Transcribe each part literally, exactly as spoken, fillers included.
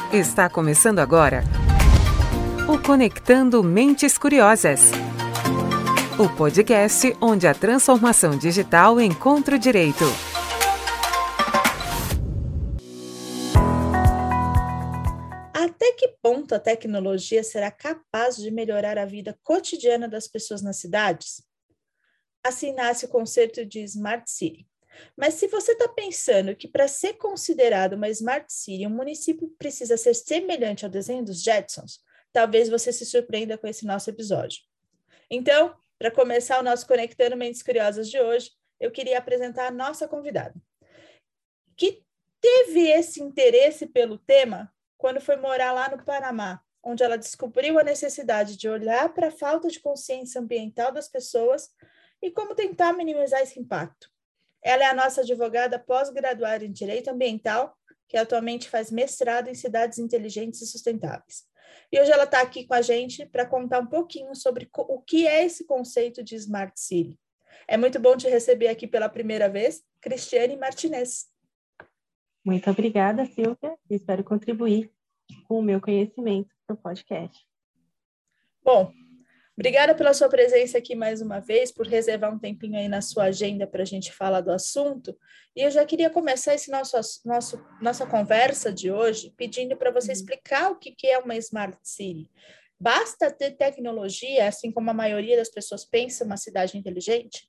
Está começando agora o Conectando Mentes Curiosas. O podcast onde a transformação digital encontra o direito. Até que ponto a tecnologia será capaz de melhorar a vida cotidiana das pessoas nas cidades? Assim nasce o conceito de Smart City. Mas se você está pensando que para ser considerado uma Smart City, um município precisa ser semelhante ao desenho dos Jetsons, talvez você se surpreenda com esse nosso episódio. Então, para começar o nosso Conectando Mentes Curiosas de hoje, eu queria apresentar a nossa convidada, que teve esse interesse pelo tema quando foi morar lá no Panamá, onde ela descobriu a necessidade de olhar para a falta de consciência ambiental das pessoas e como tentar minimizar esse impacto. Ela é a nossa advogada pós-graduada em Direito Ambiental, que atualmente faz mestrado em Cidades Inteligentes e Sustentáveis. E hoje ela está aqui com a gente para contar um pouquinho sobre o que é esse conceito de Smart City. É muito bom te receber aqui pela primeira vez, Cristiane Martinez. Muito obrigada, Silvia. Espero contribuir com o meu conhecimento para o podcast. Bom, obrigada pela sua presença aqui mais uma vez, por reservar um tempinho aí na sua agenda para a gente falar do assunto. E eu já queria começar esse nosso, nosso, nossa conversa de hoje pedindo para você explicar o que é uma Smart City. Basta ter tecnologia, assim como a maioria das pessoas pensa, uma cidade inteligente?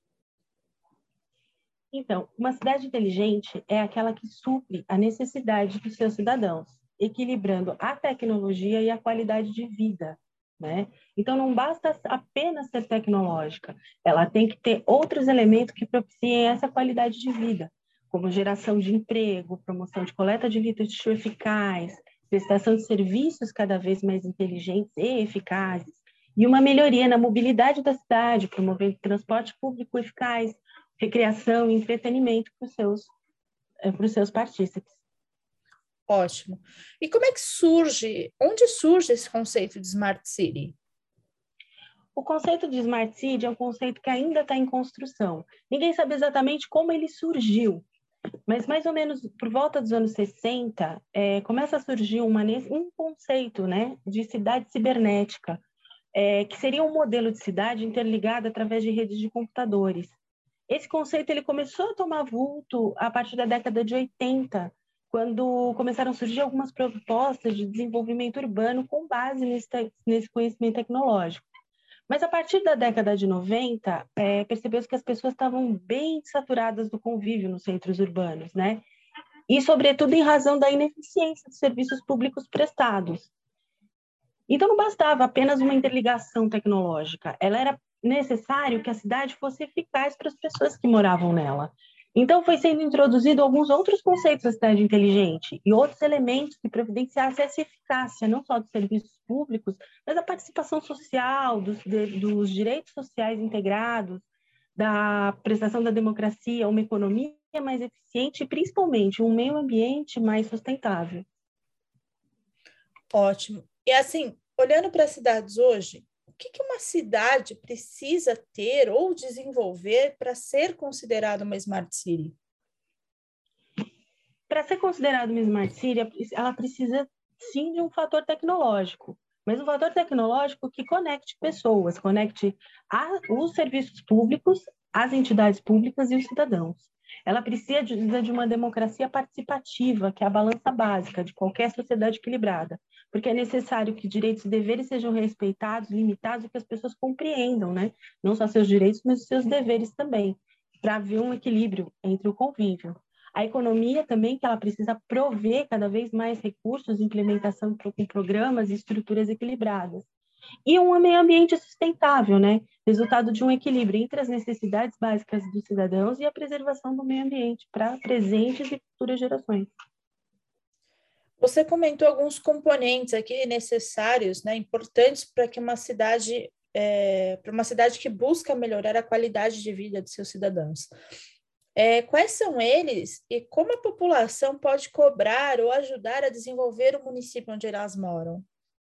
Então, uma cidade inteligente é aquela que supre a necessidade dos seus cidadãos, equilibrando a tecnologia e a qualidade de vida, né? Então, não basta apenas ser tecnológica, ela tem que ter outros elementos que propiciem essa qualidade de vida, como geração de emprego, promoção de coleta de lixo eficaz, prestação de serviços cada vez mais inteligentes e eficazes, e uma melhoria na mobilidade da cidade, promovendo transporte público eficaz, recreação e entretenimento para os seus, para os seus partícipes. Ótimo. E como é que surge, onde surge esse conceito de Smart City? O conceito de Smart City é um conceito que ainda está em construção. Ninguém sabe exatamente como ele surgiu, mas mais ou menos por volta dos anos sessenta, é, começa a surgir uma, um conceito, né, de cidade cibernética, é, que seria um modelo de cidade interligada através de redes de computadores. Esse conceito ele começou a tomar vulto a partir da década de oitenta, quando começaram a surgir algumas propostas de desenvolvimento urbano com base nesse, nesse conhecimento tecnológico. Mas a partir da década de noventa, é, percebeu-se que as pessoas estavam bem saturadas do convívio nos centros urbanos, né? E, sobretudo, em razão da ineficiência dos serviços públicos prestados. Então, não bastava apenas uma interligação tecnológica, ela era necessário que a cidade fosse eficaz para as pessoas que moravam nela. Então, foi sendo introduzido alguns outros conceitos da cidade inteligente e outros elementos que providenciassem essa eficácia, não só dos serviços públicos, mas da participação social, dos, de, dos direitos sociais integrados, da prestação da democracia, uma economia mais eficiente e, principalmente, um meio ambiente mais sustentável. Ótimo. E, assim, olhando para as cidades hoje, o que, que uma cidade precisa ter ou desenvolver para ser considerada uma Smart City? Para ser considerada uma Smart City, ela precisa, sim, de um fator tecnológico, mas um fator tecnológico que conecte pessoas, conecte a, os serviços públicos, as entidades públicas e os cidadãos. Ela precisa de, de uma democracia participativa, que é a balança básica de qualquer sociedade equilibrada, porque é necessário que direitos e deveres sejam respeitados, limitados e que as pessoas compreendam, né? Não só seus direitos, mas os seus deveres também, para haver um equilíbrio entre o convívio. A economia também, que ela precisa prover cada vez mais recursos de implementação com programas e estruturas equilibradas. E um meio ambiente sustentável, né? Resultado de um equilíbrio entre as necessidades básicas dos cidadãos e a preservação do meio ambiente para presentes e futuras gerações. Você comentou alguns componentes aqui necessários, né, importantes para que uma cidade, é, para uma cidade que busca melhorar a qualidade de vida de seus cidadãos. É, quais são eles e como a população pode cobrar ou ajudar a desenvolver o município onde elas moram?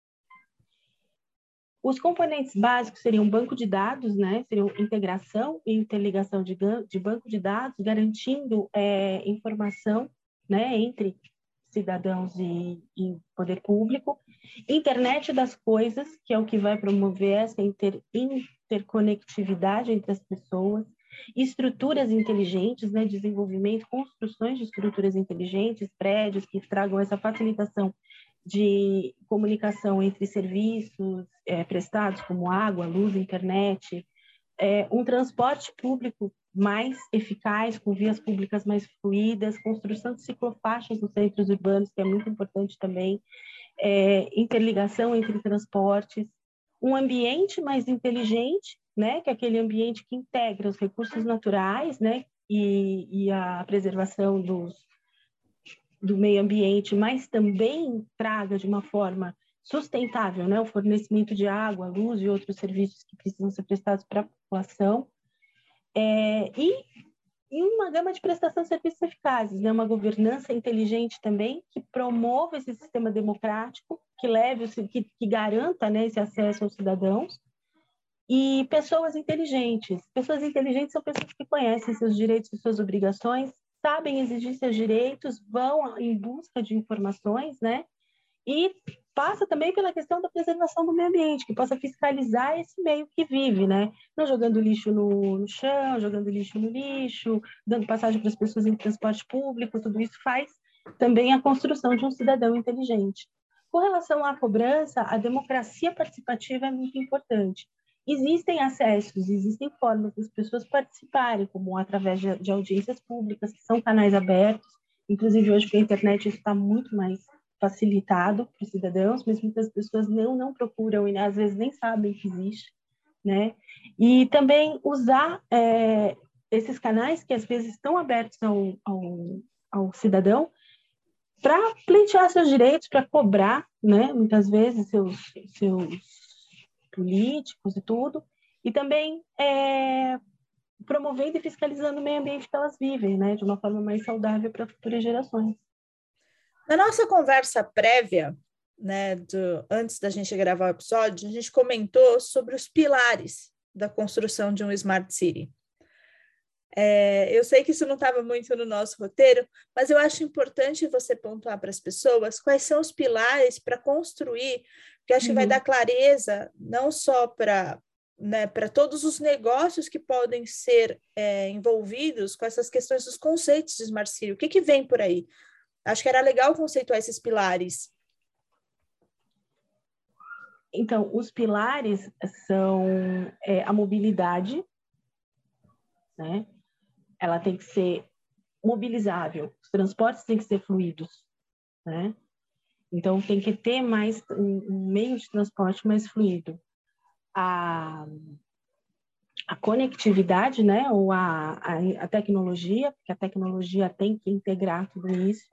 Os componentes básicos seriam banco de dados, né? Seriam integração e interligação de, de banco de dados, garantindo é, informação, né, entre cidadãos e, e poder público. Internet das coisas, que é o que vai promover essa inter, interconectividade entre as pessoas. Estruturas inteligentes, né, desenvolvimento, construções de estruturas inteligentes, prédios que tragam essa facilitação de comunicação entre serviços é, prestados, como água, luz, internet, é, um transporte público mais eficaz, com vias públicas mais fluídas, construção de ciclofaixas nos centros urbanos, que é muito importante também, é, interligação entre transportes, um ambiente mais inteligente, né, que é aquele ambiente que integra os recursos naturais, né, e, e a preservação dos, do meio ambiente, mas também traga de uma forma sustentável, né, o fornecimento de água, luz e outros serviços que precisam ser prestados para a população, é, e, e uma gama de prestação de serviços eficazes, né, uma governança inteligente também, que promova esse sistema democrático, que leve, que, que garanta, né, esse acesso aos cidadãos, e pessoas inteligentes. Pessoas inteligentes são pessoas que conhecem seus direitos e suas obrigações, sabem exigir seus direitos, vão em busca de informações, né? E passa também pela questão da preservação do meio ambiente, que possa fiscalizar esse meio que vive, né? Não jogando lixo no, no chão, jogando lixo no lixo, dando passagem para as pessoas em transporte público, tudo isso faz também a construção de um cidadão inteligente. Com relação à cobrança, a democracia participativa é muito importante. Existem acessos, existem formas das pessoas participarem, como através de, de audiências públicas, que são canais abertos, inclusive hoje com a internet isso está muito mais facilitado para os cidadãos, mas muitas pessoas não, não procuram e às vezes nem sabem que existe, né? E também usar é, esses canais que às vezes estão abertos ao, ao, ao cidadão para pleitear seus direitos, para cobrar, né? Muitas vezes seus, seus políticos e tudo, e também é, promovendo e fiscalizando o meio ambiente que elas vivem, né, de uma forma mais saudável para futuras gerações. Na nossa conversa prévia, né, do, antes da gente gravar o episódio, a gente comentou sobre os pilares da construção de um Smart City. É, eu sei que isso não estava muito no nosso roteiro, mas eu acho importante você pontuar para as pessoas quais são os pilares para construir, porque acho uhum. que vai dar clareza não só para, né, para todos os negócios que podem ser é, envolvidos com essas questões dos conceitos de Smart City. O que, que vem por aí? Acho que era legal conceituar esses pilares. Então, os pilares são é, a mobilidade, né? Ela tem que ser mobilizável, os transportes têm que ser fluidos, né? Então, tem que ter mais um, um meio de transporte mais fluido. A, a conectividade, né? Ou a, a, a tecnologia, porque a tecnologia tem que integrar tudo isso.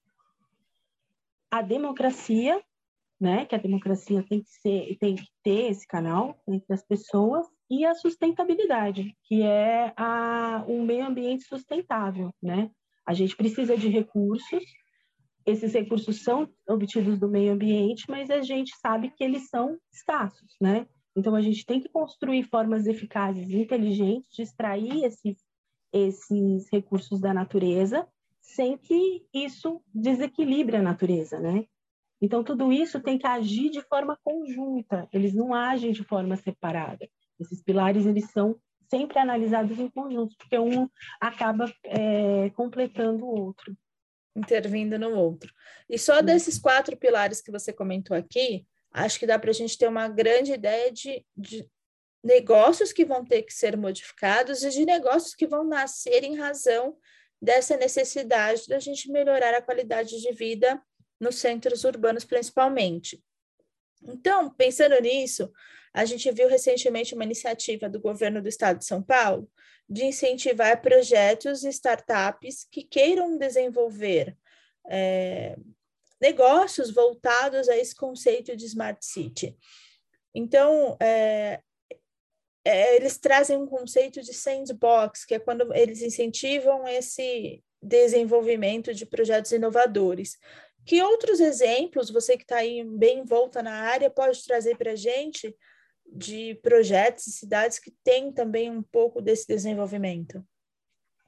A democracia, né? Que a democracia tem que ser, tem que ter esse canal entre as pessoas. E a sustentabilidade, que é a, um meio ambiente sustentável, né? A gente precisa de recursos, esses recursos são obtidos do meio ambiente, mas a gente sabe que eles são escassos, né? Então, a gente tem que construir formas eficazes e inteligentes de extrair esses, esses recursos da natureza, sem que isso desequilibre a natureza, né? Então, tudo isso tem que agir de forma conjunta, eles não agem de forma separada. Esses pilares, eles são sempre analisados em conjunto, porque um acaba é, completando o outro. Intervindo no outro. E só desses quatro pilares que você comentou aqui, acho que dá para a gente ter uma grande ideia de, de negócios que vão ter que ser modificados e de negócios que vão nascer em razão dessa necessidade da gente melhorar a qualidade de vida nos centros urbanos, principalmente. Então, pensando nisso, a gente viu recentemente uma iniciativa do governo do estado de São Paulo de incentivar projetos e startups que queiram desenvolver é, negócios voltados a esse conceito de Smart City. Então, é, é, eles trazem um conceito de sandbox, que é quando eles incentivam esse desenvolvimento de projetos inovadores. Que outros exemplos, você que está aí bem envolta na área, pode trazer para a gente de projetos e cidades que têm também um pouco desse desenvolvimento?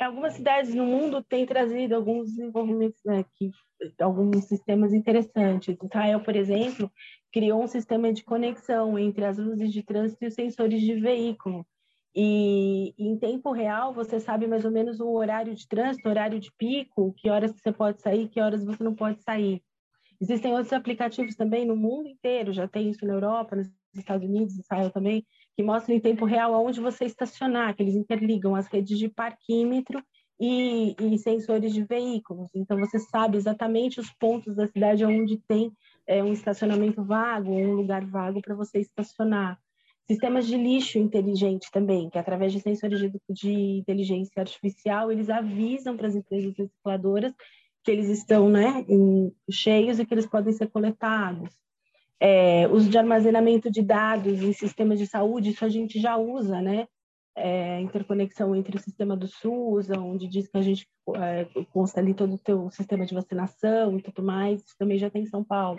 Algumas cidades no mundo têm trazido alguns desenvolvimentos, né, que, alguns sistemas interessantes. Israel, por exemplo, criou um sistema de conexão entre as luzes de trânsito e os sensores de veículo. E, e em tempo real, você sabe mais ou menos o horário de trânsito, horário de pico, que horas você pode sair, que horas você não pode sair. Existem outros aplicativos também no mundo inteiro, já tem isso na Europa, nos Estados Unidos, Israel também, que mostram em tempo real aonde você estacionar, que eles interligam as redes de parquímetro e, e sensores de veículos. Então, você sabe exatamente os pontos da cidade onde tem é, um estacionamento vago, ou um lugar vago para você estacionar. Sistemas de lixo inteligente também, que através de sensores de, de inteligência artificial, eles avisam para as empresas recicladoras que eles estão, né, em, cheios e que eles podem ser coletados. É, uso de armazenamento de dados em sistemas de saúde, isso a gente já usa, né? É, interconexão entre o sistema do SUS, onde diz que a gente é, consta ali todo o teu sistema de vacinação e tudo mais, isso também já tem em São Paulo.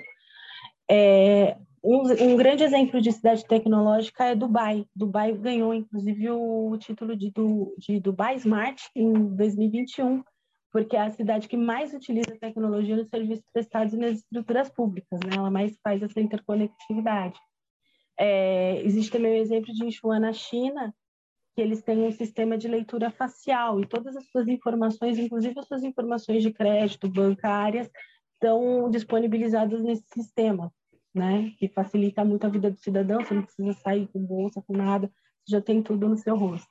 É, um, um grande exemplo de cidade tecnológica é Dubai. Dubai ganhou, inclusive, o título de, do, de Dubai Smart em dois mil e vinte e um, porque é a cidade que mais utiliza tecnologia nos serviços prestados e nas estruturas públicas, né? Ela mais faz essa interconectividade. É, existe também o exemplo de Yinchuan, na China, que eles têm um sistema de leitura facial e todas as suas informações, inclusive as suas informações de crédito, bancárias, estão disponibilizadas nesse sistema, né? Que facilita muito a vida do cidadão, você não precisa sair com bolsa, com nada, você já tem tudo no seu rosto.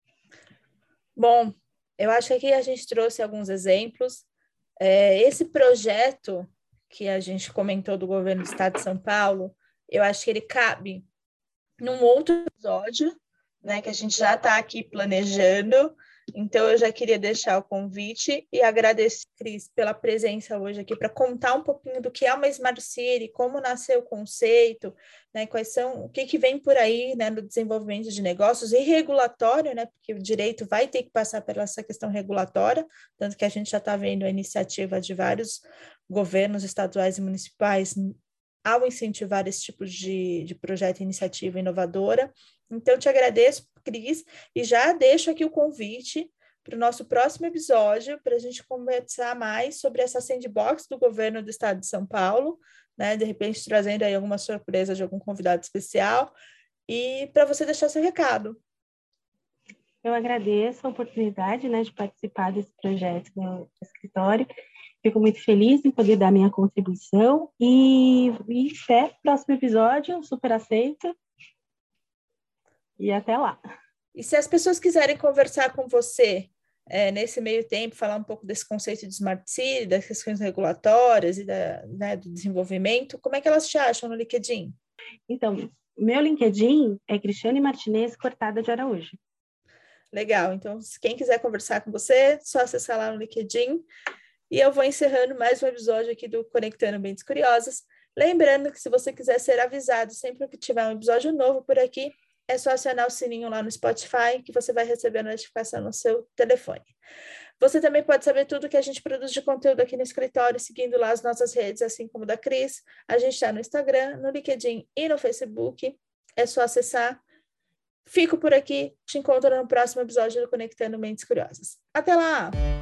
Bom, eu acho que aqui a gente trouxe alguns exemplos. É, esse projeto que a gente comentou do governo do estado de São Paulo, eu acho que ele cabe num outro episódio, né, que a gente já está aqui planejando. Então, eu já queria deixar o convite e agradecer, Cris, pela presença hoje aqui para contar um pouquinho do que é uma Smart City, como nasceu o conceito, né, quais são, o que, que vem por aí, né, no desenvolvimento de negócios e regulatório, né, porque o direito vai ter que passar pela essa questão regulatória, tanto que a gente já está vendo a iniciativa de vários governos estaduais e municipais ao incentivar esse tipo de, de projeto e iniciativa inovadora. Então, eu te agradeço, Cris, e já deixo aqui o convite para o nosso próximo episódio, para a gente conversar mais sobre essa sandbox do governo do estado de São Paulo, né? De repente trazendo aí alguma surpresa de algum convidado especial, e para você deixar seu recado. Eu agradeço a oportunidade, né, de participar desse projeto no escritório. Fico muito feliz em poder dar minha contribuição e, e até o próximo episódio, super aceito. E até lá. E se as pessoas quiserem conversar com você é, nesse meio tempo, falar um pouco desse conceito de Smart City, das questões regulatórias e da, né, do desenvolvimento, como é que elas te acham no LinkedIn? Então, meu LinkedIn é Cristiane Martinez Cortada de Araújo. Legal. Então, quem quiser conversar com você, só acessar lá no LinkedIn. E eu vou encerrando mais um episódio aqui do Conectando Mentes Curiosas. Lembrando que se você quiser ser avisado sempre que tiver um episódio novo por aqui, é só acionar o sininho lá no Spotify, que você vai receber a notificação no seu telefone. Você também pode saber tudo que a gente produz de conteúdo aqui no escritório, seguindo lá as nossas redes, assim como da Cris. A gente está no Instagram, no LinkedIn e no Facebook. É só acessar. Fico por aqui. Te encontro no próximo episódio do Conectando Mentes Curiosas. Até lá!